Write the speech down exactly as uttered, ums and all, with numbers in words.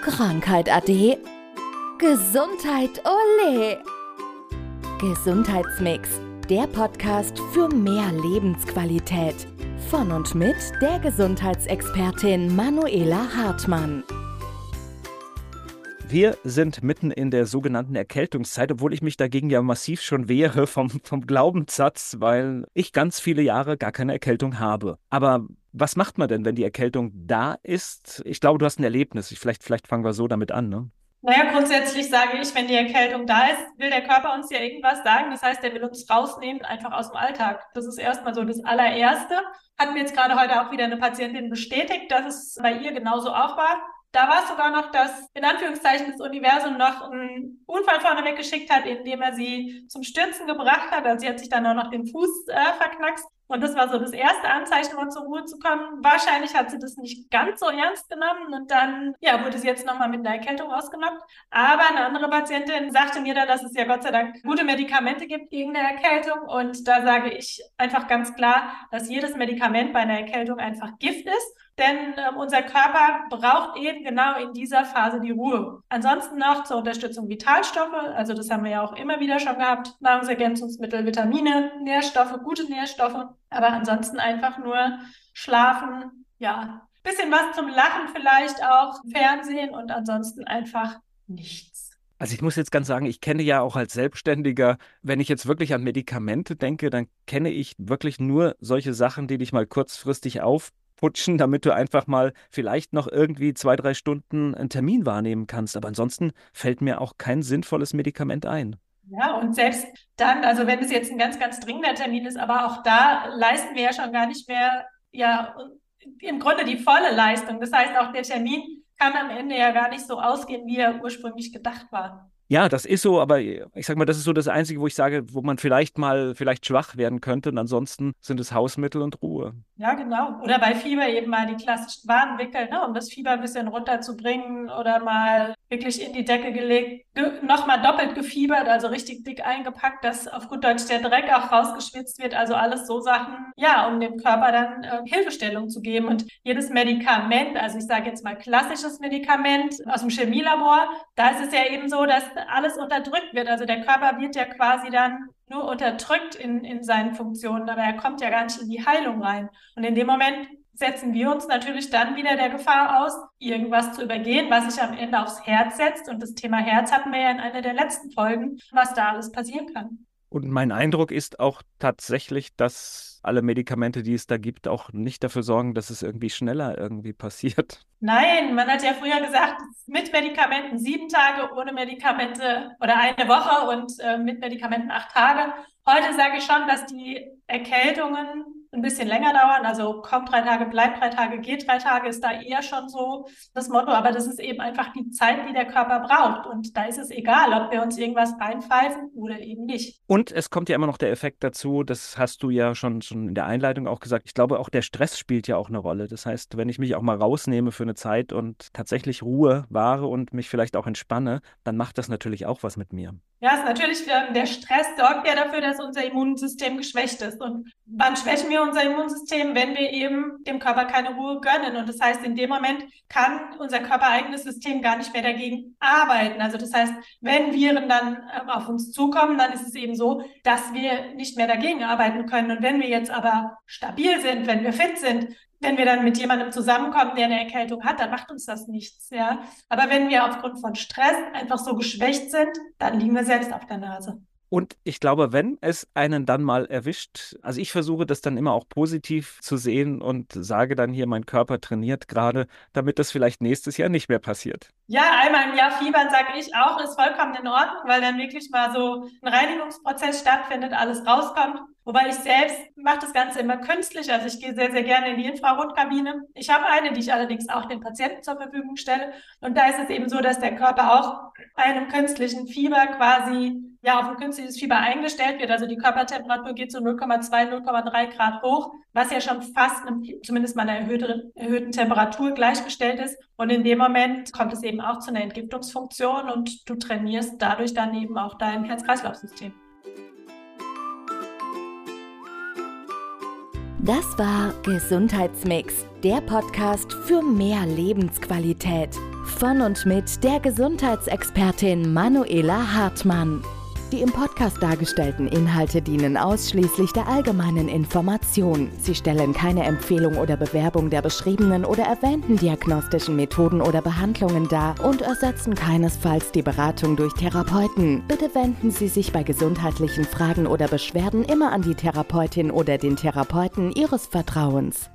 Krankheit ade. Gesundheit ole. Gesundheitsmix, der Podcast für mehr Lebensqualität. Von und mit der Gesundheitsexpertin Manuela Hartmann. Wir sind mitten in der sogenannten Erkältungszeit, obwohl ich mich dagegen ja massiv schon wehre vom, vom Glaubenssatz, weil ich ganz viele Jahre gar keine Erkältung habe. Aber was macht man denn, wenn die Erkältung da ist? Ich glaube, du hast ein Erlebnis. Ich, vielleicht, vielleicht fangen wir so damit an, ne? Naja, grundsätzlich sage ich, wenn die Erkältung da ist, will der Körper uns ja irgendwas sagen. Das heißt, er will uns rausnehmen, einfach aus dem Alltag. Das ist erstmal so das allererste. Hat mir jetzt gerade heute auch wieder eine Patientin bestätigt, dass es bei ihr genauso auch war. Da war es sogar noch, dass in Anführungszeichen das Universum noch einen Unfall vorne weggeschickt hat, indem er sie zum Stürzen gebracht hat. Also sie hat sich dann auch noch den Fuß äh, verknackst. Und das war so das erste Anzeichen, um zur Ruhe zu kommen. Wahrscheinlich hat sie das nicht ganz so ernst genommen und dann ja, wurde sie jetzt nochmal mit einer Erkältung ausgenockt. Aber eine andere Patientin sagte mir dann, dass es ja Gott sei Dank gute Medikamente gibt gegen eine Erkältung. Und da sage ich einfach ganz klar, dass jedes Medikament bei einer Erkältung einfach Gift ist. Denn äh, unser Körper braucht eben genau in dieser Phase die Ruhe. Ansonsten noch zur Unterstützung Vitalstoffe, also das haben wir ja auch immer wieder schon gehabt, Nahrungsergänzungsmittel, Vitamine, Nährstoffe, gute Nährstoffe, aber ansonsten einfach nur schlafen, ja, bisschen was zum Lachen vielleicht auch, Fernsehen und ansonsten einfach nichts. Also ich muss jetzt ganz sagen, ich kenne ja auch als Selbstständiger, wenn ich jetzt wirklich an Medikamente denke, dann kenne ich wirklich nur solche Sachen, die dich mal kurzfristig aufputschen, damit du einfach mal vielleicht noch irgendwie zwei, drei Stunden einen Termin wahrnehmen kannst. Aber ansonsten fällt mir auch kein sinnvolles Medikament ein. Ja, und selbst dann, also wenn es jetzt ein ganz, ganz dringender Termin ist, aber auch da leisten wir ja schon gar nicht mehr, ja, im Grunde die volle Leistung. Das heißt, auch der Termin kann am Ende ja gar nicht so ausgehen, wie er ursprünglich gedacht war. Ja, das ist so, aber ich sag mal, das ist so das Einzige, wo ich sage, wo man vielleicht mal vielleicht schwach werden könnte und ansonsten sind es Hausmittel und Ruhe. Ja, genau. Oder bei Fieber eben mal die klassischen Warnwickel, ne, um das Fieber ein bisschen runterzubringen oder mal wirklich in die Decke gelegt, ge- nochmal doppelt gefiebert, also richtig dick eingepackt, dass auf gut Deutsch der Dreck auch rausgeschwitzt wird. Also alles so Sachen, ja, um dem Körper dann äh, Hilfestellung zu geben. Und jedes Medikament, also ich sage jetzt mal klassisches Medikament aus dem Chemielabor, da ist es ja eben so, dass alles unterdrückt wird. Also der Körper wird ja quasi dann nur unterdrückt in, in seinen Funktionen, aber er kommt ja gar nicht in die Heilung rein. Und in dem Moment setzen wir uns natürlich dann wieder der Gefahr aus, irgendwas zu übergehen, was sich am Ende aufs Herz setzt. Und das Thema Herz hatten wir ja in einer der letzten Folgen, was da alles passieren kann. Und mein Eindruck ist auch tatsächlich, dass alle Medikamente, die es da gibt, auch nicht dafür sorgen, dass es irgendwie schneller irgendwie passiert. Nein, man hat ja früher gesagt, mit Medikamenten sieben Tage, ohne Medikamente oder eine Woche und äh, mit Medikamenten acht Tage. Heute sage ich schon, dass die Erkältungen ein bisschen länger dauern. Also kommt drei Tage, bleibt drei Tage, geht drei Tage, ist da eher schon so das Motto. Aber das ist eben einfach die Zeit, die der Körper braucht. Und da ist es egal, ob wir uns irgendwas reinpfeifen oder eben nicht. Und es kommt ja immer noch der Effekt dazu, das hast du ja schon, schon in der Einleitung auch gesagt, ich glaube auch der Stress spielt ja auch eine Rolle. Das heißt, wenn ich mich auch mal rausnehme für eine Zeit und tatsächlich Ruhe wahre und mich vielleicht auch entspanne, dann macht das natürlich auch was mit mir. Ja, ist natürlich, der Stress sorgt ja dafür, dass unser Immunsystem geschwächt ist. Und wann schwächen wir unser Immunsystem? Wenn wir eben dem Körper keine Ruhe gönnen. Und das heißt, in dem Moment kann unser körpereigenes System gar nicht mehr dagegen arbeiten. Also das heißt, wenn Viren dann auf uns zukommen, dann ist es eben so, dass wir nicht mehr dagegen arbeiten können. Und wenn wir jetzt aber stabil sind, wenn wir fit sind, wenn wir dann mit jemandem zusammenkommen, der eine Erkältung hat, dann macht uns das nichts, ja. Aber wenn wir aufgrund von Stress einfach so geschwächt sind, dann liegen wir selbst auf der Nase. Und ich glaube, wenn es einen dann mal erwischt, also ich versuche das dann immer auch positiv zu sehen und sage dann hier, mein Körper trainiert gerade, damit das vielleicht nächstes Jahr nicht mehr passiert. Ja, einmal im Jahr fiebern, sage ich auch, ist vollkommen in Ordnung, weil dann wirklich mal so ein Reinigungsprozess stattfindet, alles rauskommt. Wobei ich selbst mache das Ganze immer künstlich, also ich gehe sehr, sehr gerne in die Infrarotkabine. Ich habe eine, die ich allerdings auch den Patienten zur Verfügung stelle. Und da ist es eben so, dass der Körper auch bei einem künstlichen Fieber quasi ja auf ein künstliches Fieber eingestellt wird. Also die Körpertemperatur geht so null Komma zwei, null Komma drei Grad hoch, was ja schon fast einem, zumindest mal einer erhöhten, erhöhten Temperatur gleichgestellt ist. Und in dem Moment kommt es eben auch zu einer Entgiftungsfunktion und du trainierst dadurch dann eben auch dein Herz-Kreislauf-System. Das war Gesundheitsmix, der Podcast für mehr Lebensqualität. Von und mit der Gesundheitsexpertin Manuela Hartmann. Die im Podcast dargestellten Inhalte dienen ausschließlich der allgemeinen Information. Sie stellen keine Empfehlung oder Bewerbung der beschriebenen oder erwähnten diagnostischen Methoden oder Behandlungen dar und ersetzen keinesfalls die Beratung durch Therapeuten. Bitte wenden Sie sich bei gesundheitlichen Fragen oder Beschwerden immer an die Therapeutin oder den Therapeuten Ihres Vertrauens.